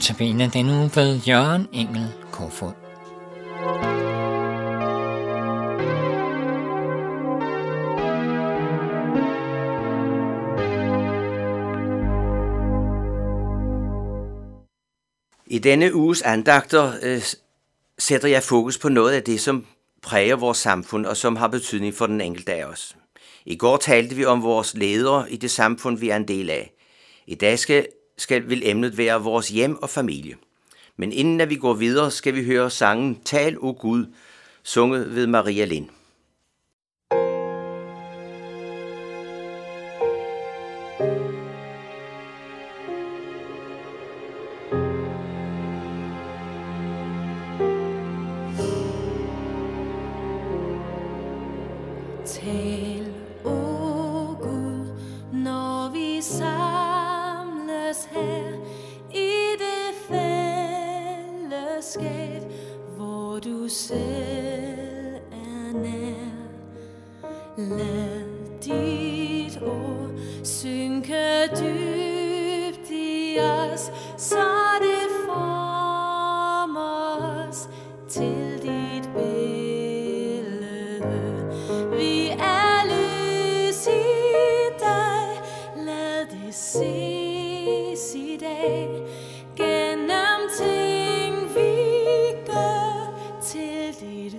Notabene den uge ved Jørgen Engel Kofoed. I denne uges andagter sætter jeg fokus på noget af det, som præger vores samfund og som har betydning for den enkelte af os. I går talte vi om vores ledere i det samfund, vi er en del af. I dag vil emnet være vores hjem og familie. Men inden vi går videre, skal vi høre sangen Tal, o Gud, sunget ved Maria Lind. Tal, o Gud, når vi samles her i det fællesskab, hvor du selv er nær. Lad dit ord synke dybt i os, så det former os til dit billede. Vi er lys i dig, lad det ses i dag, gennem ting vi gør til dit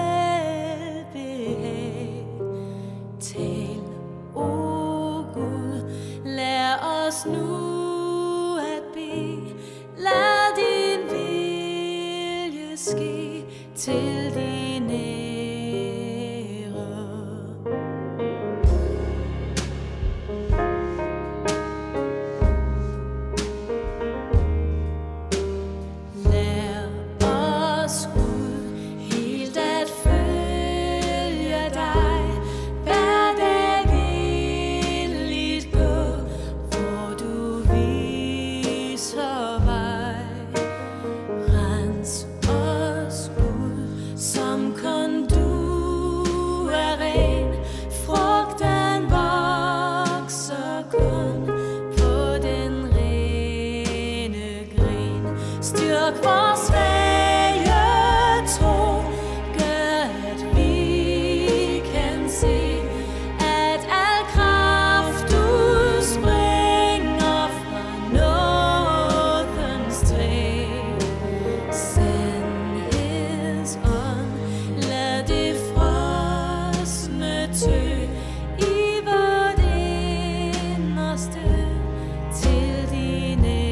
velbehag. Tal, o Gud, lær os nu at bede, lad din vilje ske til din ære. Styrk vores svage tro, gør at vi kan se, at al kraft udspringer fra nådens træ. Sandhedsånd, lad det frosne tø i vort inderste til din ære.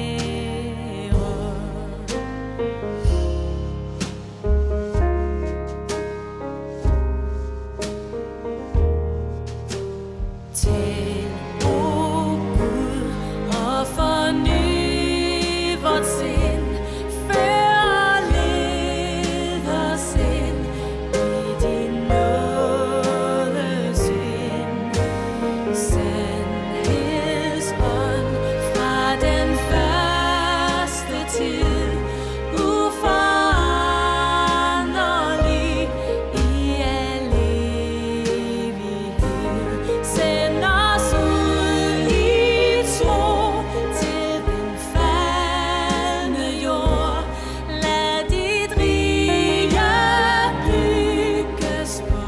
Tal, o Gud, og forny vort sind, før og led os ind i din nådes vind. Sandhedsånd fra den første tid, uforanderlig i al evighed. Send os ud i tro til den faldne jord. Lad dit rige bygges på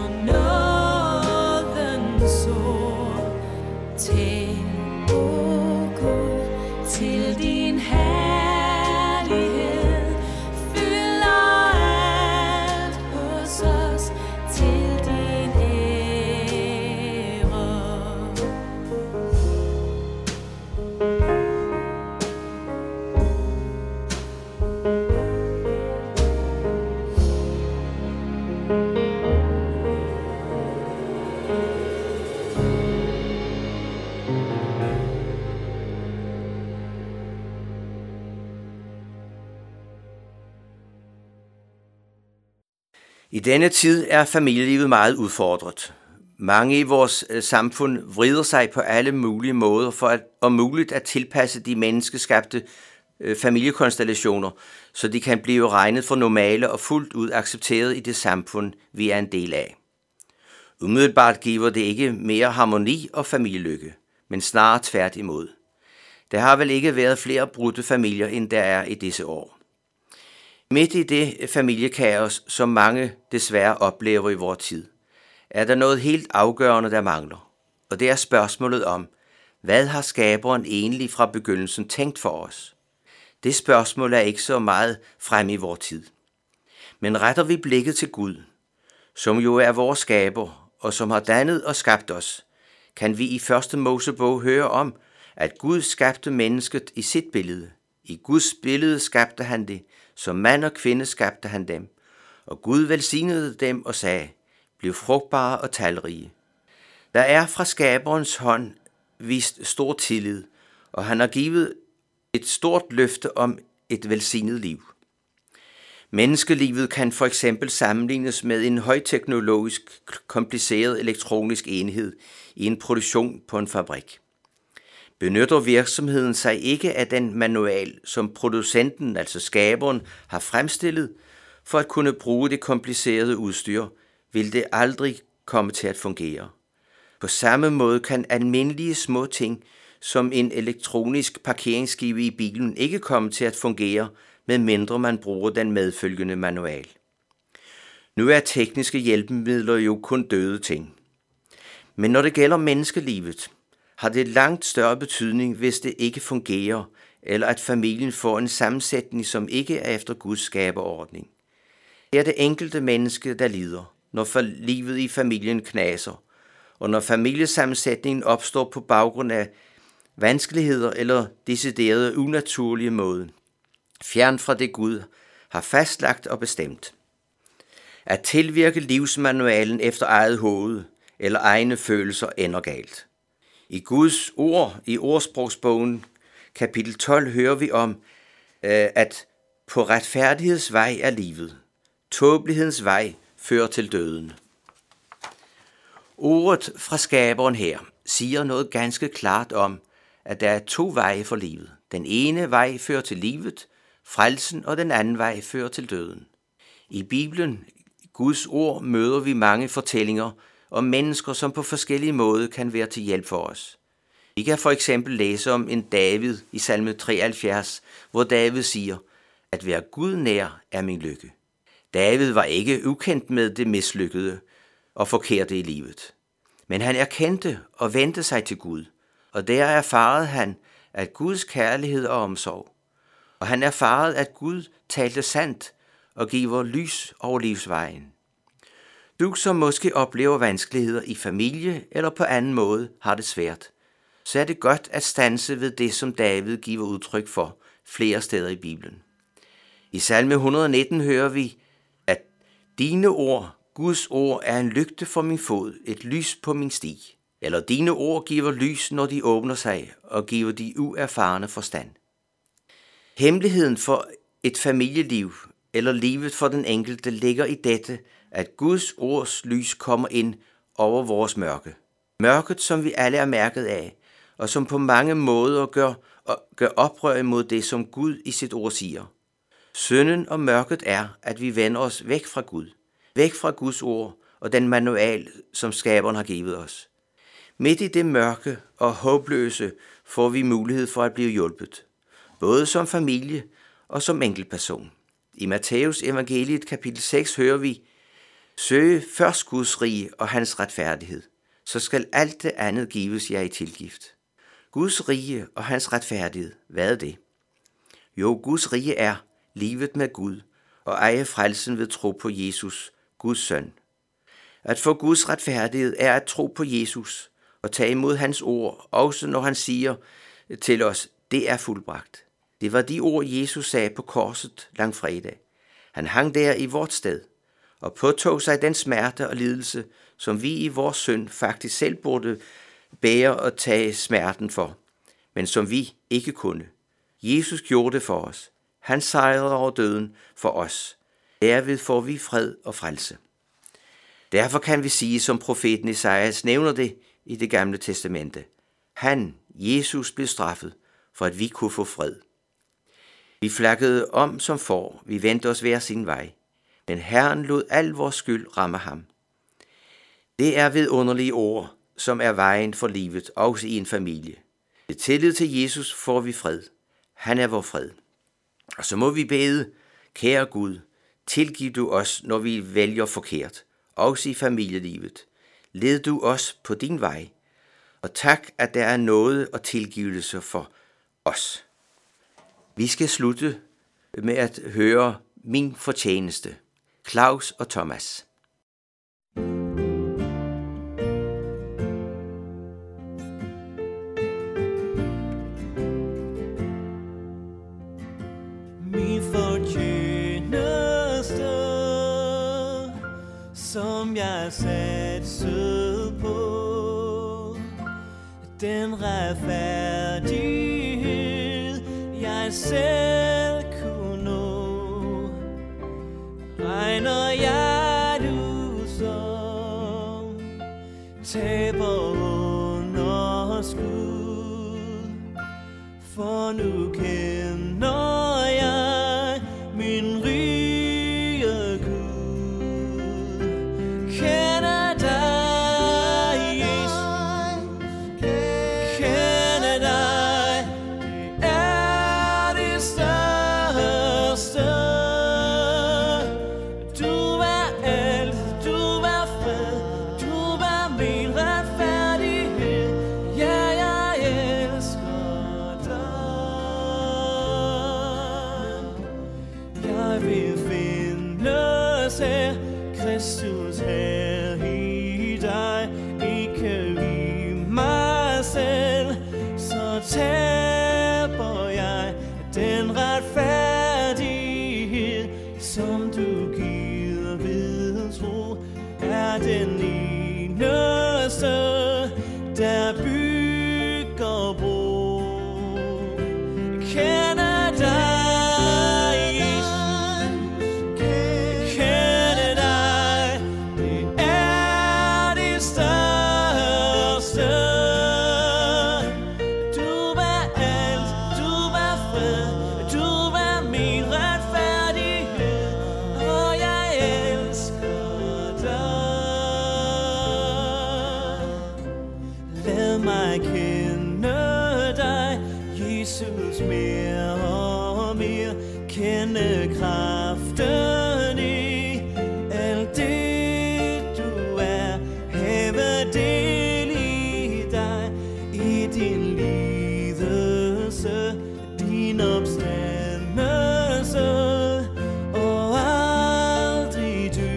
nådens ord. Tal, o Gud, til din herlighed fylder alt hos os til din ære. I denne tid er familielivet meget udfordret. Mange i vores samfund vrider sig på alle mulige måder for at om muligt at tilpasse de menneskeskabte familiekonstellationer, så de kan blive regnet for normale og fuldt ud accepteret i det samfund, vi er en del af. Umiddelbart giver det ikke mere harmoni og familielykke, men snarere tværtimod. Der har vel ikke været flere brudte familier, end der er i disse år. Midt i det familiekaos, som mange desværre oplever i vores tid, er der noget helt afgørende, der mangler. Og det er spørgsmålet om, hvad har skaberen egentlig fra begyndelsen tænkt for os? Det spørgsmål er ikke så meget fremme i vores tid. Men retter vi blikket til Gud, som jo er vores skaber, og som har dannet og skabt os, kan vi i 1. Mosebog høre om, at Gud skabte mennesket i sit billede. I Guds billede skabte han det, som mand og kvinde skabte han dem. Og Gud velsignede dem og sagde, bliv frugtbare og talrige. Der er fra skaberens hånd vist stor tillid, og han har givet et stort løfte om et velsignet liv. Menneskelivet kan for eksempel sammenlignes med en højteknologisk, kompliceret elektronisk enhed i en produktion på en fabrik. Benytter virksomheden sig ikke af den manual, som producenten, altså skaberen, har fremstillet, for at kunne bruge det komplicerede udstyr, vil det aldrig komme til at fungere. På samme måde kan almindelige små ting, som en elektronisk parkeringsskive i bilen, ikke komme til at fungere, medmindre man bruger den medfølgende manual. Nu er tekniske hjælpemidler jo kun døde ting. Men når det gælder menneskelivet, har det langt større betydning, hvis det ikke fungerer, eller at familien får en sammensætning, som ikke er efter Guds skaberordning. Det er det enkelte menneske, der lider, når livet i familien knaser, og når familiesammensætningen opstår på baggrund af vanskeligheder eller deciderede unaturlige måder, fjern fra det Gud har fastlagt og bestemt. At tilvirke livsmanualen efter eget hoved eller egne følelser ender galt. I Guds ord, i ordsprogsbogen, kapitel 12, hører vi om, at på retfærdigheds vej er livet. Tåbelighedens vej fører til døden. Ordet fra skaberen her siger noget ganske klart om, at der er 2 veje for livet. Den ene vej fører til livet, frelsen, og den anden vej fører til døden. I Bibelen, Guds ord, møder vi mange fortællinger om mennesker, som på forskellige måder kan være til hjælp for os. Vi kan for eksempel læse om en David i salme 73, hvor David siger, at være Gud nær er min lykke. David var ikke ukendt med det mislykkede og forkerte i livet. Men han erkendte og vendte sig til Gud, og der erfarede han, at Guds kærlighed og omsorg. Og han erfarede, at Gud talte sandt og giver lys over livsvejen. Du, som måske oplever vanskeligheder i familie eller på anden måde har det svært, så er det godt at standse ved det, som David giver udtryk for flere steder i Bibelen. I salme 119 hører vi, at dine ord, Guds ord, er en lygte for min fod, et lys på min sti. Eller dine ord giver lys, når de åbner sig, og giver de uerfarne forstand. Hemmeligheden for et familieliv, eller livet for den enkelte, ligger i dette, at Guds ords lys kommer ind over vores mørke. Mørket, som vi alle er mærket af, og som på mange måder gør oprør imod det, som Gud i sit ord siger. Synden og mørket er, at vi vender os væk fra Gud, væk fra Guds ord og den manual, som skaberen har givet os. Midt i det mørke og håbløse får vi mulighed for at blive hjulpet, både som familie og som enkeltperson. I Matthæus evangeliet kapitel 6 hører vi, søg først Guds rige og hans retfærdighed, så skal alt det andet gives jer i tilgift. Guds rige og hans retfærdighed, hvad er det? Jo, Guds rige er livet med Gud og eje frelsen ved tro på Jesus, Guds søn. At få Guds retfærdighed er at tro på Jesus og tage imod hans ord, også når han siger til os, det er fuldbragt. Det var de ord, Jesus sagde på korset langfredag. Han hang der i vort sted og påtog sig den smerte og lidelse, som vi i vores synd faktisk selv burde bære og tage smerten for, men som vi ikke kunne. Jesus gjorde det for os. Han sejrede over døden for os. Derved får vi fred og frelse. Derfor kan vi sige, som profeten Esajas nævner det i det gamle testamente. Han, Jesus, blev straffet, for at vi kunne få fred. Vi flakkede om som får, vi vendte os hver sin vej, men Herren lod al vores skyld ramme ham. Det er vidunderlige ord, som er vejen for livet, også i en familie. Ved tillid til Jesus får vi fred. Han er vor fred. Og så må vi bede, kære Gud, tilgiv du os, når vi vælger forkert, også i familielivet. Led du os på din vej, og tak, at der er noget og tilgivelse for os. Vi skal slutte med at høre Min fortjeneste, Claus og Thomas. Min fortjeneste, som jeg satsede på, den retfærdighed, jeg selv kunne nå, regner jeg du som taber under skud, for nu kender jeg min rige Gud. Kender dig, Jesus, kender dig, det er det største. Du er alt, du er fred, du er min retfærdighed. Ja, jeg elsker dig. Jeg vil findes her, Kristus her i dig, ikke i mig selv, så taber jeg den retfærdighed, som du giver ved tro, er den eneste, der bygger bro. Kender dig, Jesus, kender dig, det er det største. Du er alt, du er fred, du er min retfærdighed, og jeg elsker dig. Lad mig kende dig, Jesus, mere og mere, kende kraften i alt det du er, have del i dig, i din lidelse, din opstandelse, og aldrig dø.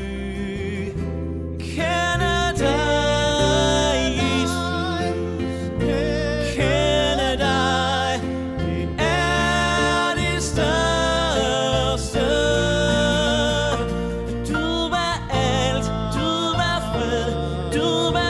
Kender dig, Jesus, kender dig, det er det største. Du er alt, du er fred, du er